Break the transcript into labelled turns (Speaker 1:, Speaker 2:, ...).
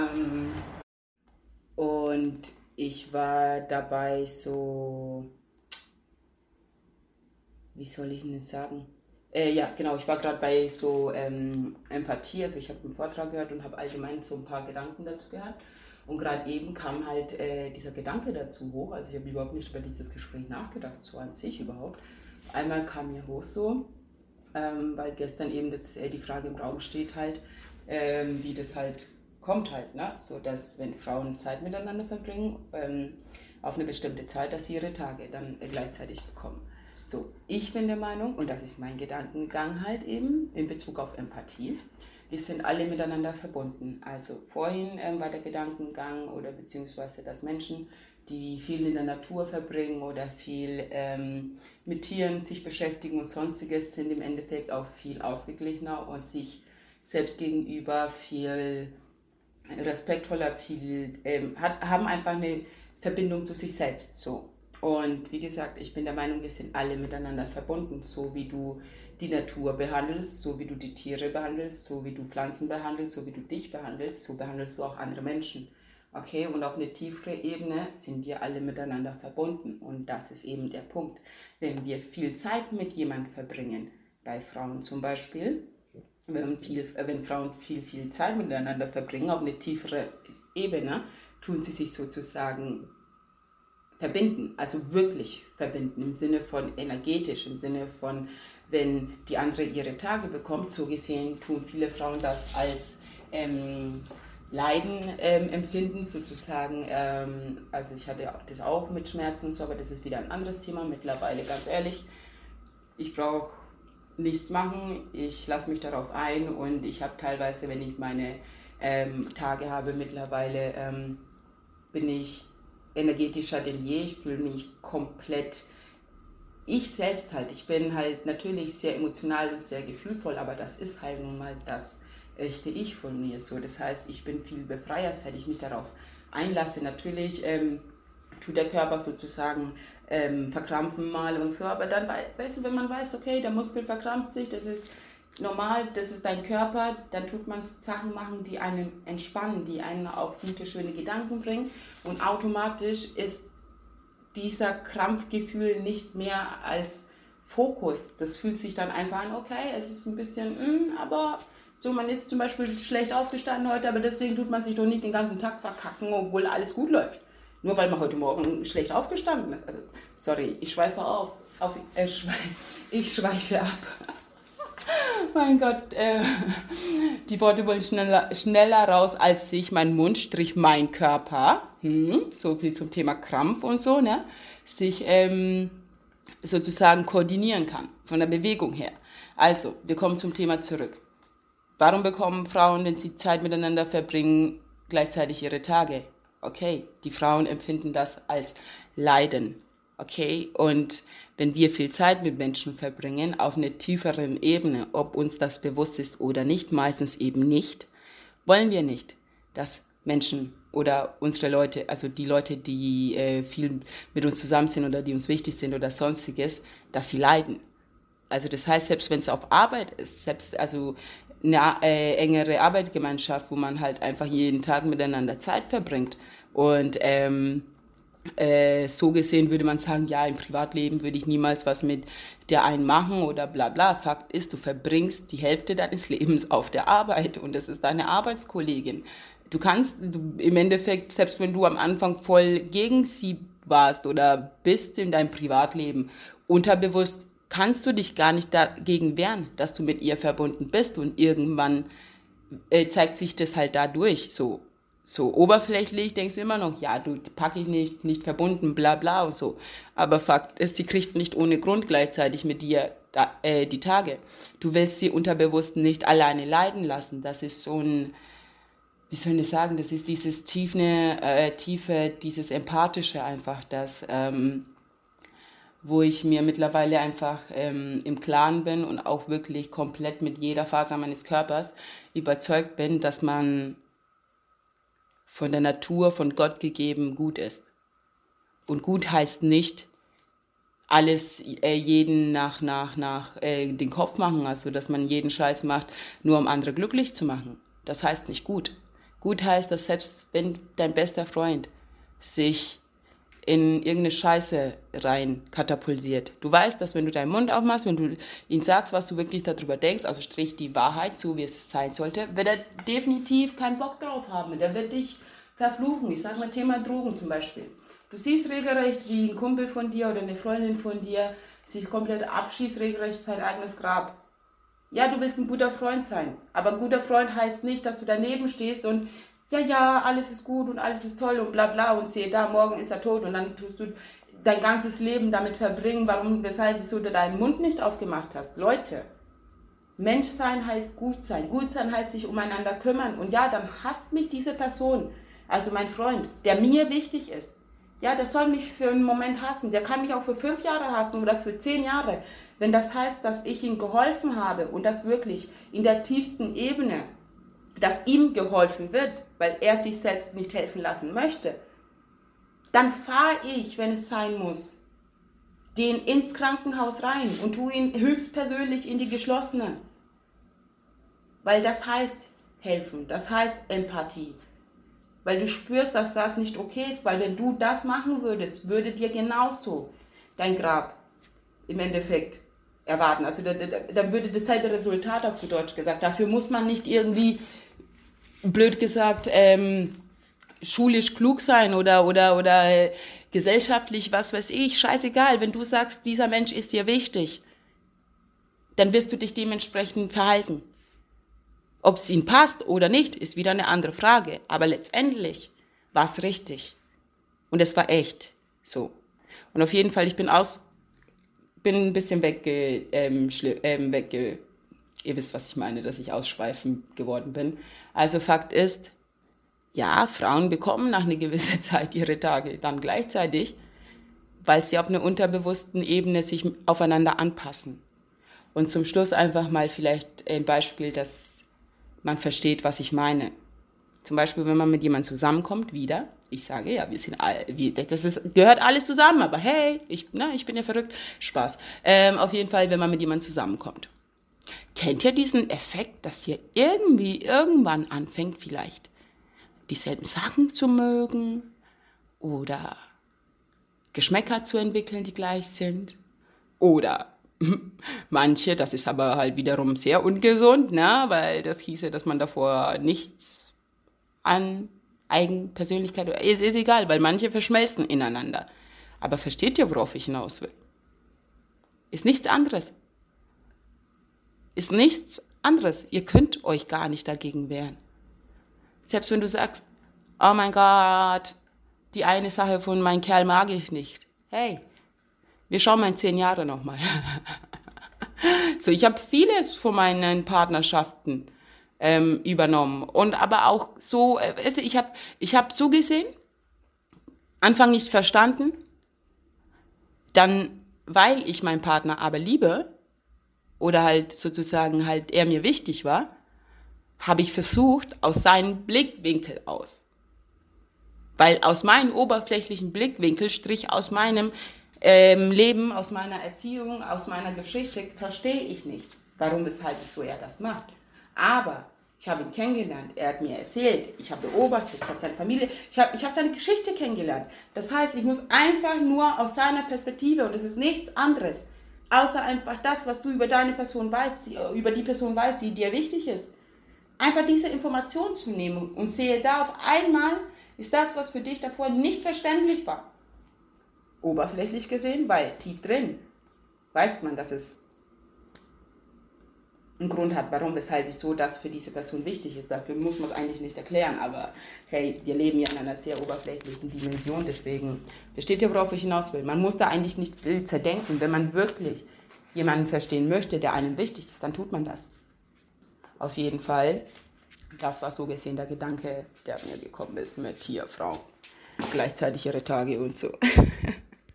Speaker 1: Und ich war dabei so, wie soll ich denn das sagen? Ja, genau, ich war gerade bei so Empathie, also ich habe einen Vortrag gehört und habe allgemein so ein paar Gedanken dazu gehabt. Und gerade eben kam halt dieser Gedanke dazu hoch, also ich habe überhaupt nicht über dieses Gespräch nachgedacht, so an sich überhaupt. Einmal kam mir hoch so, weil gestern eben die Frage im Raum steht halt, wie das halt kommt halt, ne? So dass wenn Frauen Zeit miteinander verbringen, auf eine bestimmte Zeit, dass sie ihre Tage dann gleichzeitig bekommen. So, ich bin der Meinung, und das ist mein Gedankengang halt eben in Bezug auf Empathie, wir sind alle miteinander verbunden. Also vorhin war der Gedankengang oder beziehungsweise dass Menschen, die viel in der Natur verbringen oder viel mit Tieren sich beschäftigen und sonstiges, sind im Endeffekt auch viel ausgeglichener und sich selbst gegenüber viel respektvoller, haben einfach eine Verbindung zu sich selbst so. Und wie gesagt, ich bin der Meinung, wir sind alle miteinander verbunden, so wie du die Natur behandelst, so wie du die Tiere behandelst, so wie du Pflanzen behandelst, so wie du dich behandelst, so behandelst du auch andere Menschen. Okay, und auf eine tiefere Ebene sind wir alle miteinander verbunden. Und das ist eben der Punkt. Wenn wir viel Zeit mit jemandem verbringen, bei Frauen zum Beispiel, wenn Frauen viel Zeit miteinander verbringen, auf eine tiefere Ebene, tun sie sich sozusagen verbinden, also wirklich verbinden, im Sinne von energetisch, im Sinne von, wenn die andere ihre Tage bekommt, so gesehen tun viele Frauen das als Leiden empfinden, sozusagen. Also ich hatte das auch mit Schmerzen und so, aber das ist wieder ein anderes Thema. Mittlerweile, ganz ehrlich, ich brauche nichts machen, ich lasse mich darauf ein und ich habe teilweise, wenn ich meine Tage habe, mittlerweile bin ich energetischer denn je. Ich fühle mich komplett ich selbst halt. Ich bin halt natürlich sehr emotional und sehr gefühlvoll, aber das ist halt nun mal das echte Ich von mir so. Das heißt, ich bin viel befreier, seit ich mich darauf einlasse. Natürlich tut der Körper sozusagen verkrampfen mal und so, aber dann, weißt du, wenn man weiß, okay, der Muskel verkrampft sich, das ist normal, das ist dein Körper, dann tut man Sachen machen, die einen entspannen, die einen auf gute, schöne Gedanken bringen und automatisch ist dieser Krampfgefühl nicht mehr als Fokus. Das fühlt sich dann einfach an, okay, es ist ein bisschen, aber so, man ist zum Beispiel schlecht aufgestanden heute, aber deswegen tut man sich doch nicht den ganzen Tag verkacken, obwohl alles gut läuft. Nur weil man heute Morgen schlecht aufgestanden ist. Also, sorry, ich schweife ich schweife ab. Mein Gott, die Worte wollen schneller raus als sich mein Mund, strich mein Körper. So viel zum Thema Krampf und so, ne? Sich sozusagen koordinieren kann, von der Bewegung her. Also, wir kommen zum Thema zurück. Warum bekommen Frauen, wenn sie Zeit miteinander verbringen, gleichzeitig ihre Tage? Okay, die Frauen empfinden das als Leiden. Okay, und wenn wir viel Zeit mit Menschen verbringen, auf einer tieferen Ebene, ob uns das bewusst ist oder nicht, meistens eben nicht, wollen wir nicht, dass Menschen oder unsere Leute, also die Leute, die viel mit uns zusammen sind oder die uns wichtig sind oder sonstiges, dass sie leiden. Also das heißt, selbst wenn es auf Arbeit ist, selbst also eine engere Arbeitsgemeinschaft, wo man halt einfach jeden Tag miteinander Zeit verbringt und so gesehen würde man sagen, ja, im Privatleben würde ich niemals was mit der einen machen oder bla bla. Fakt ist, du verbringst die Hälfte deines Lebens auf der Arbeit und das ist deine Arbeitskollegin. Im Endeffekt, selbst wenn du am Anfang voll gegen sie warst oder bist in deinem Privatleben, unterbewusst kannst du dich gar nicht dagegen wehren, dass du mit ihr verbunden bist und irgendwann zeigt sich das halt dadurch so oberflächlich denkst du immer noch, ja, du packe ich nicht verbunden, bla bla und so. Aber Fakt ist, sie kriegt nicht ohne Grund gleichzeitig mit dir die Tage. Du willst sie unterbewusst nicht alleine leiden lassen. Das ist so ein, wie soll ich sagen, das ist dieses tiefe, dieses Empathische einfach, das, wo ich mir mittlerweile einfach im Klaren bin und auch wirklich komplett mit jeder Faser meines Körpers überzeugt bin, dass man von der Natur, von Gott gegeben, gut ist. Und gut heißt nicht, alles jeden nach den Kopf machen, also dass man jeden Scheiß macht, nur um andere glücklich zu machen. Das heißt nicht gut. Gut heißt, dass selbst wenn dein bester Freund sich in irgendeine Scheiße rein katapultiert. Du weißt, dass wenn du deinen Mund aufmachst, wenn du ihm sagst, was du wirklich darüber denkst, also strich die Wahrheit, so wie es sein sollte, wird er definitiv keinen Bock drauf haben. Der wird dich verfluchen. Ich sage mal Thema Drogen zum Beispiel. Du siehst regelrecht, wie ein Kumpel von dir oder eine Freundin von dir sich komplett abschießt, regelrecht sein eigenes Grab. Ja, du willst ein guter Freund sein, aber ein guter Freund heißt nicht, dass du daneben stehst und ja, alles ist gut und alles ist toll und bla bla und sehe da, morgen ist er tot und dann tust du dein ganzes Leben damit verbringen, wieso du deinen Mund nicht aufgemacht hast. Leute, Menschsein heißt gut sein. Gut sein heißt sich umeinander kümmern. Und ja, dann hasst mich diese Person, also mein Freund, der mir wichtig ist. Ja, der soll mich für einen Moment hassen. Der kann mich auch für 5 Jahre hassen oder für 10 Jahre. Wenn das heißt, dass ich ihm geholfen habe und das wirklich in der tiefsten Ebene, dass ihm geholfen wird, weil er sich selbst nicht helfen lassen möchte, dann fahre ich, wenn es sein muss, den ins Krankenhaus rein und tue ihn höchstpersönlich in die Geschlossenen. Weil das heißt helfen, das heißt Empathie. Weil du spürst, dass das nicht okay ist, weil wenn du das machen würdest, würde dir genauso dein Grab im Endeffekt erwarten. Also da würde dasselbe Resultat auf gut Deutsch gesagt. Dafür muss man nicht irgendwie, blöd gesagt, schulisch klug sein oder gesellschaftlich, was weiß ich, scheißegal. Wenn du sagst, dieser Mensch ist dir wichtig, dann wirst du dich dementsprechend verhalten. Ob es ihnen passt oder nicht, ist wieder eine andere Frage. Aber letztendlich war es richtig. Und es war echt so. Und auf jeden Fall, ich bin ein bisschen ihr wisst, was ich meine, dass ich ausschweifend geworden bin. Also Fakt ist, ja, Frauen bekommen nach einer gewissen Zeit ihre Tage dann gleichzeitig, weil sie auf einer unterbewussten Ebene sich aufeinander anpassen. Und zum Schluss einfach mal vielleicht ein Beispiel, dass man versteht, was ich meine. Zum Beispiel, wenn man mit jemandem zusammenkommt, wieder, ich sage, ja, gehört alles zusammen, aber hey, ich bin ja verrückt, Spaß. Auf jeden Fall, wenn man mit jemandem zusammenkommt. Kennt ihr diesen Effekt, dass ihr irgendwann anfängt, vielleicht dieselben Sachen zu mögen oder Geschmäcker zu entwickeln, die gleich sind? Oder manche, das ist aber halt wiederum sehr ungesund, ne? Weil das hieße, dass man davor nichts an Eigenpersönlichkeit, ist egal, weil manche verschmelzen ineinander. Aber versteht ihr, worauf ich hinaus will? Ist nichts anderes. Ist nichts anderes. Ihr könnt euch gar nicht dagegen wehren. Selbst wenn du sagst, oh mein Gott, die eine Sache von meinem Kerl mag ich nicht. Hey, wir schauen mal in 10 Jahre nochmal. So, ich habe vieles von meinen Partnerschaften übernommen. Und aber auch so, ich hab zugesehen, Anfang nicht verstanden, dann, weil ich meinen Partner aber liebe, oder halt sozusagen halt er mir wichtig war, habe ich versucht, aus seinem Blickwinkel aus. Weil aus meinem oberflächlichen Blickwinkel, Strich aus meinem Leben, aus meiner Erziehung, aus meiner Geschichte, verstehe ich nicht, warum, weshalb, wieso er das macht. Aber ich habe ihn kennengelernt, er hat mir erzählt, ich habe beobachtet, ich habe seine Familie, ich habe seine Geschichte kennengelernt. Das heißt, ich muss einfach nur aus seiner Perspektive, und es ist nichts anderes, außer einfach das, was du über deine Person weißt, über die Person weißt, die dir wichtig ist. Einfach diese Information zu nehmen und sehe da auf einmal, ist das, was für dich davor nicht verständlich war. Oberflächlich gesehen, weil tief drin weiß man, dass es einen Grund hat, warum, weshalb, wieso das für diese Person wichtig ist. Dafür muss man es eigentlich nicht erklären, aber hey, wir leben ja in einer sehr oberflächlichen Dimension, deswegen versteht ihr, worauf ich hinaus will. Man muss da eigentlich nicht viel zerdenken. Wenn man wirklich jemanden verstehen möchte, der einem wichtig ist, dann tut man das. Auf jeden Fall, das war so gesehen der Gedanke, der mir gekommen ist mit hier, Frau, gleichzeitig ihre Tage und so.